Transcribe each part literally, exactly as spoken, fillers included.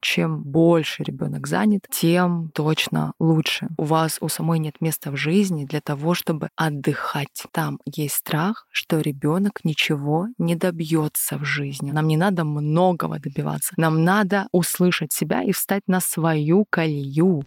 чем больше ребенок занят, тем точно лучше. У вас у самой нет места в жизни для того, чтобы отдыхать. Там есть страх, что ребенок ничего не добьется в жизни. Нам не надо многого добиваться. Нам надо услышать себя и встать на свою колею.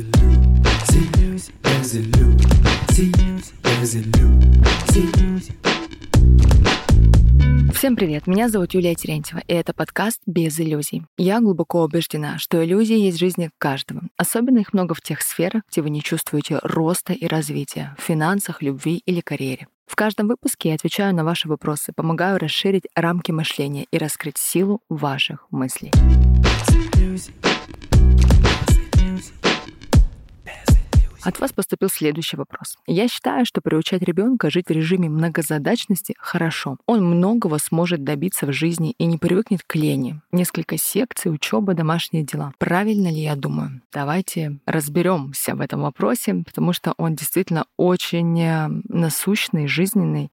Всем привет, меня зовут Юлия Терентьева, и это подкаст «Без иллюзий». Я глубоко убеждена, что иллюзии есть в жизни каждого. Особенно их много в тех сферах, где вы не чувствуете роста и развития, в финансах, любви или карьере. В каждом выпуске я отвечаю на ваши вопросы, помогаю расширить рамки мышления и раскрыть силу ваших мыслей. От вас поступил следующий вопрос. Я считаю, что приучать ребенка жить в режиме многозадачности хорошо. Он многого сможет добиться в жизни и не привыкнет к лени. Несколько секций, учеба, домашние дела. Правильно ли я думаю? Давайте разберемся в этом вопросе, потому что он действительно очень насущный, жизненный.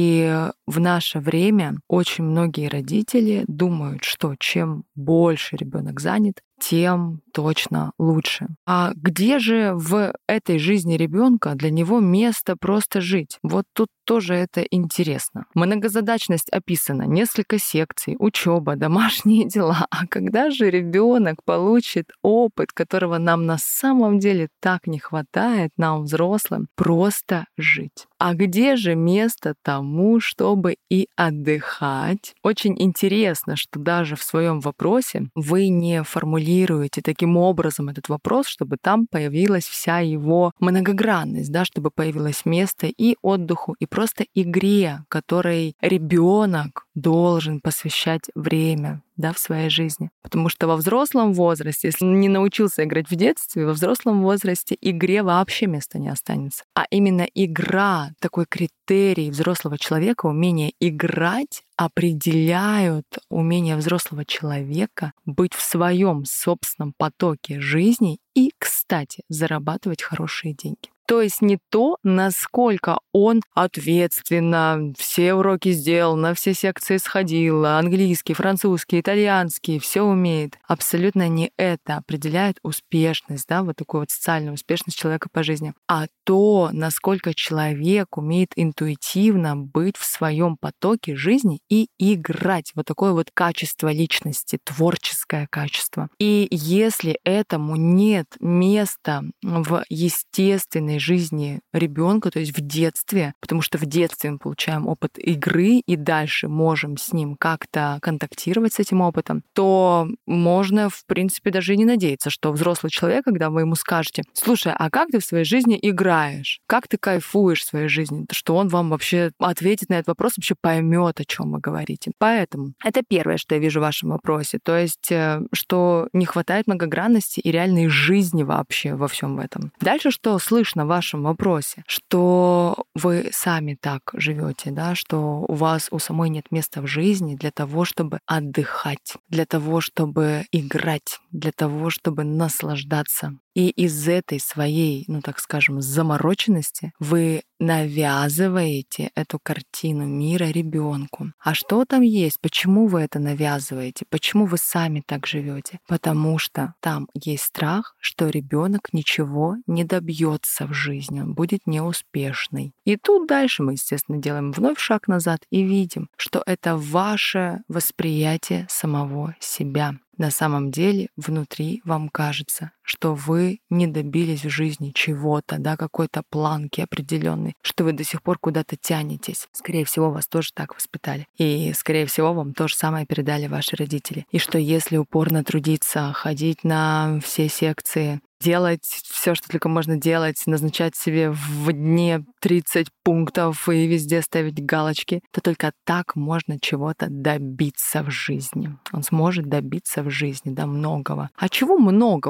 И в наше время очень многие родители думают, что чем больше ребенок занят, тем точно лучше. А где же в этой жизни ребенка для него место просто жить? Вот тут тоже это интересно. Многозадачность описана, несколько секций, учеба, домашние дела. А когда же ребенок получит опыт, которого нам на самом деле так не хватает, нам, взрослым, просто жить? А где же место тому, чтобы и отдыхать? Очень интересно, что даже в своем вопросе вы не формулируете таким образом этот вопрос, чтобы там появилась вся его многогранность, да, чтобы появилось место и отдыху, и просто игре, которой ребенок должен посвящать время, да, в своей жизни. Потому что во взрослом возрасте, если не научился играть в детстве, во взрослом возрасте игре вообще места не останется. А именно игра, такой критерий взрослого человека, умение играть, определяют умение взрослого человека быть в своем собственном потоке жизни и, кстати, зарабатывать хорошие деньги. То есть не то, насколько он ответственно все уроки сделал, на все секции сходил, английский, французский, итальянский, все умеет. Абсолютно не это определяет успешность, да, вот такую вот социальную успешность человека по жизни, а то, насколько человек умеет интуитивно быть в своем потоке жизни и играть. Вот такое вот качество личности, творческое качество. И если этому нет места в естественной жизни ребенка, то есть в детстве, потому что в детстве мы получаем опыт игры и дальше можем с ним как-то контактировать с этим опытом, то можно, в принципе, даже и не надеяться, что взрослый человек, когда вы ему скажете: слушай, а как ты в своей жизни играешь? Как ты кайфуешь в своей жизни? Что он вам вообще ответит на этот вопрос, вообще поймет, о чем вы говорите. Поэтому это первое, что я вижу в вашем вопросе. То есть, что не хватает многогранности и реальной жизни вообще во всем этом. Дальше что слышно в вашем вопросе? Что вы сами так живете, да, что у вас у самой нет места в жизни для того, чтобы отдыхать, для того, чтобы играть, для того, чтобы наслаждаться. И из этой своей, ну так скажем, замороченности вы навязываете эту картину мира ребенку. А что там есть? Почему вы это навязываете? Почему вы сами так живете? Потому что там есть страх, что ребенок ничего не добьется в жизни, он будет неуспешный. И тут дальше мы, естественно, делаем вновь шаг назад и видим, что это ваше восприятие самого себя. На самом деле внутри вам кажется, что вы не добились в жизни чего-то, да, какой-то планки определенной, что вы до сих пор куда-то тянетесь. Скорее всего, вас тоже так воспитали. И, скорее всего, вам то же самое передали ваши родители. И что если упорно трудиться, ходить на все секции, делать все, что только можно делать, назначать себе в дне тридцать пунктов и везде ставить галочки, то только так можно чего-то добиться в жизни. Он сможет добиться в жизни, да, многого. А чего многого надо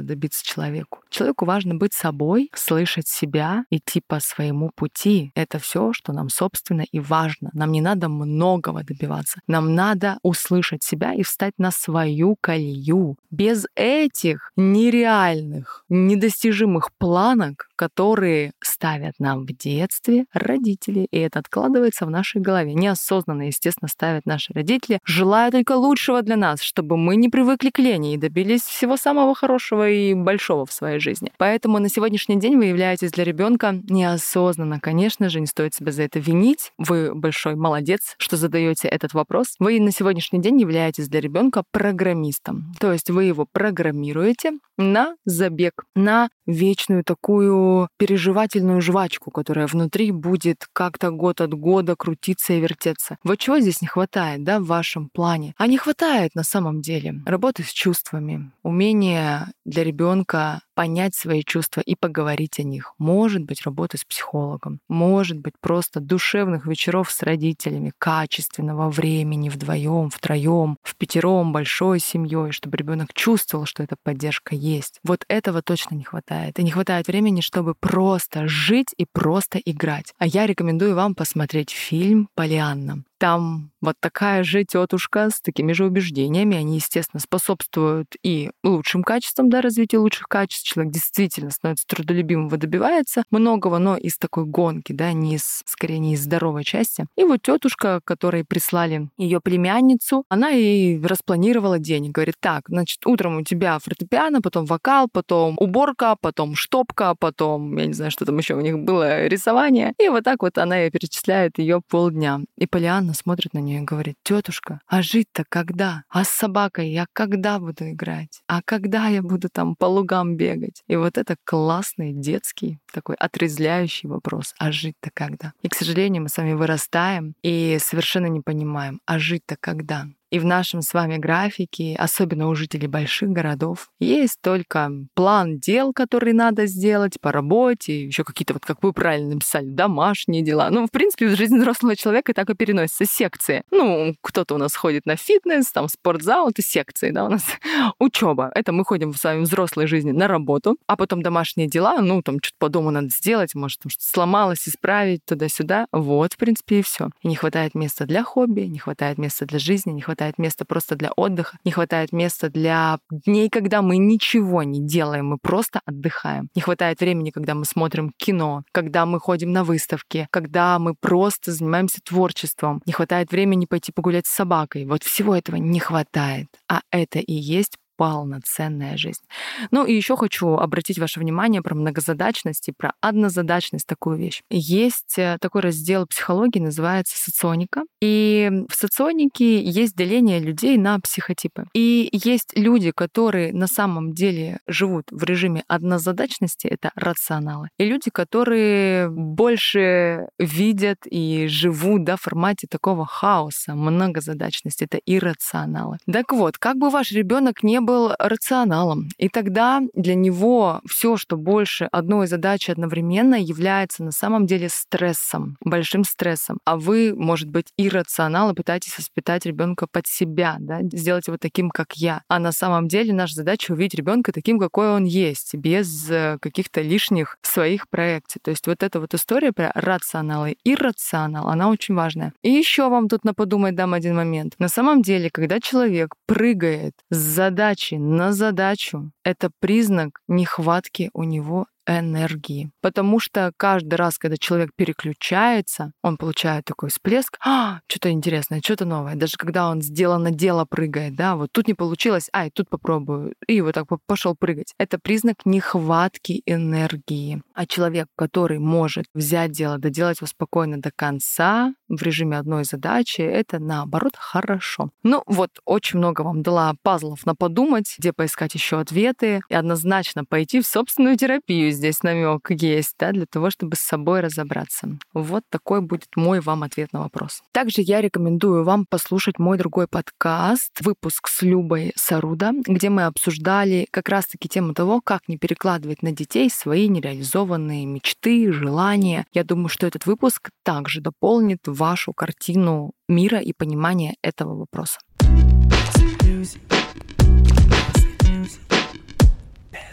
добиться человеку. Человеку важно быть собой, слышать себя, идти по своему пути. Это все, что нам, собственно, и важно. Нам не надо многого добиваться. Нам надо услышать себя и встать на свою колею. Без этих нереальных, недостижимых планок, которые ставят нам в детстве родители, и это откладывается в нашей голове. Неосознанно, естественно, ставят наши родители, желая только лучшего для нас, чтобы мы не привыкли к лени и добились всего самого хорошего и большого в своей жизни. Поэтому на сегодняшний день вы являетесь для ребенка неосознанно. Конечно же, не стоит себя за это винить. Вы большой молодец, что задаете этот вопрос. Вы на сегодняшний день являетесь для ребенка программистом. То есть вы его программируете на забег, на вечную такую переживательную жвачку, которая внутри будет как-то год от года крутиться и вертеться. Вот чего здесь не хватает, да, в вашем плане? А не хватает на самом деле работы с чувствами, умения для ребенка понять свои чувства и поговорить о них. Может быть, работа с психологом, может быть, просто душевных вечеров с родителями, качественного времени вдвоем, втроем, в пятером, большой семьей, чтобы ребенок чувствовал, что эта поддержка есть. Вот этого точно не хватает. И не хватает времени, чтобы просто жить и просто играть. А я рекомендую вам посмотреть фильм «Поллианна». Там вот такая же тетушка с такими же убеждениями. Они, естественно, способствуют и лучшим качествам, да, развитию лучших качеств. Человек действительно становится трудолюбивым, добивается многого, но из такой гонки, да, не из, скорее, не из здоровой части. И вот тетушка, которой прислали ее племянницу, она и распланировала день. Говорит, так, значит, утром у тебя фортепиано, потом вокал, потом уборка, потом штопка, потом, я не знаю, что там еще у них было, рисование. И вот так вот она и перечисляет ее полдня. И Поллианна смотрит на нее и говорит, тетушка, а жить-то когда? А с собакой я когда буду играть? А когда я буду там по лугам бегать? И вот это классный детский такой отрезвляющий вопрос. А жить-то когда? И, к сожалению, мы с вами вырастаем и совершенно не понимаем, а жить-то когда? И в нашем с вами графике, особенно у жителей больших городов, есть только план дел, которые надо сделать по работе, еще какие-то, вот как вы правильно написали, домашние дела. Ну, в принципе, в жизнь взрослого человека так и переносятся секции. Ну, кто-то у нас ходит на фитнес, там спортзал, это секции, да, у нас учеба. Это мы ходим в своей взрослой жизни на работу, а потом домашние дела, ну, там что-то по дому надо сделать, может, там что-то сломалось, исправить, туда-сюда. Вот, в принципе, и все. И не хватает места для хобби, не хватает места для жизни, не хватает хватает места просто для отдыха, не хватает места для дней, когда мы ничего не делаем, мы просто отдыхаем. Не хватает времени, когда мы смотрим кино, когда мы ходим на выставки, когда мы просто занимаемся творчеством. Не хватает времени пойти погулять с собакой. Вот всего этого не хватает. А это и есть полноценная жизнь. Ну и еще хочу обратить ваше внимание про многозадачность и про однозадачность, такую вещь. Есть такой раздел психологии, называется соционика. И в соционике есть деление людей на психотипы. И есть люди, которые на самом деле живут в режиме однозадачности, это рационалы. И люди, которые больше видят и живут, да, в формате такого хаоса, многозадачности, это иррационалы. Так вот, как бы ваш ребенок не был рационалом. И тогда для него все, что больше одной задачи одновременно, является на самом деле стрессом, большим стрессом. А вы, может быть, иррационал и пытаетесь воспитать ребенка под себя, да, сделать его таким, как я. А на самом деле наша задача увидеть ребенка таким, какой он есть, без каких-то лишних своих проекций. То есть вот эта вот история про рационал и иррационал, она очень важная. И еще вам тут на подумать дам один момент. На самом деле, когда человек прыгает с задачи на задачу, это признак нехватки у него энергии. Потому что каждый раз, когда человек переключается, он получает такой всплеск, а, что-то интересное, что-то новое. Даже когда он сделано дело прыгает, да, вот тут не получилось, ай, тут попробую, и вот так пошел прыгать. Это признак нехватки энергии. А человек, который может взять дело, доделать его спокойно до конца, в режиме одной задачи, это наоборот хорошо. Ну вот, очень много вам дала пазлов на подумать, где поискать еще ответы, и однозначно пойти в собственную терапию. Здесь намек есть, да, для того, чтобы с собой разобраться. Вот такой будет мой вам ответ на вопрос. Также я рекомендую вам послушать мой другой подкаст, выпуск с Любой Саруда, где мы обсуждали как раз-таки тему того, как не перекладывать на детей свои нереализованные мечты, желания. Я думаю, что этот выпуск также дополнит вашу картину мира и понимание этого вопроса.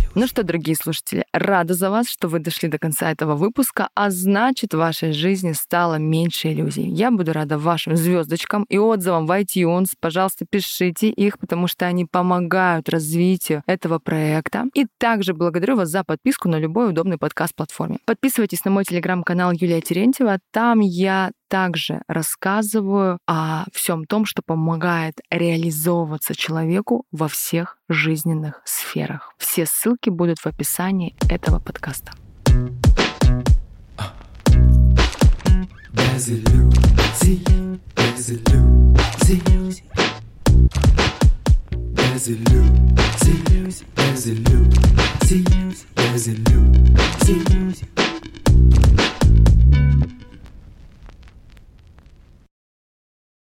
Ну что, дорогие слушатели, рада за вас, что вы дошли до конца этого выпуска, а значит, в вашей жизни стало меньше иллюзий. Я буду рада вашим звездочкам и отзывам в iTunes. Пожалуйста, пишите их, потому что они помогают развитию этого проекта. И также благодарю вас за подписку на любой удобной подкаст-платформе. Подписывайтесь на мой телеграм-канал Юлия Терентьева. Там я также рассказываю о всем том, что помогает реализовываться человеку во всех жизненных сферах. Все ссылки будут в описании этого подкаста. Без иллюзий, без иллюзий, без иллюзий, без иллюзий.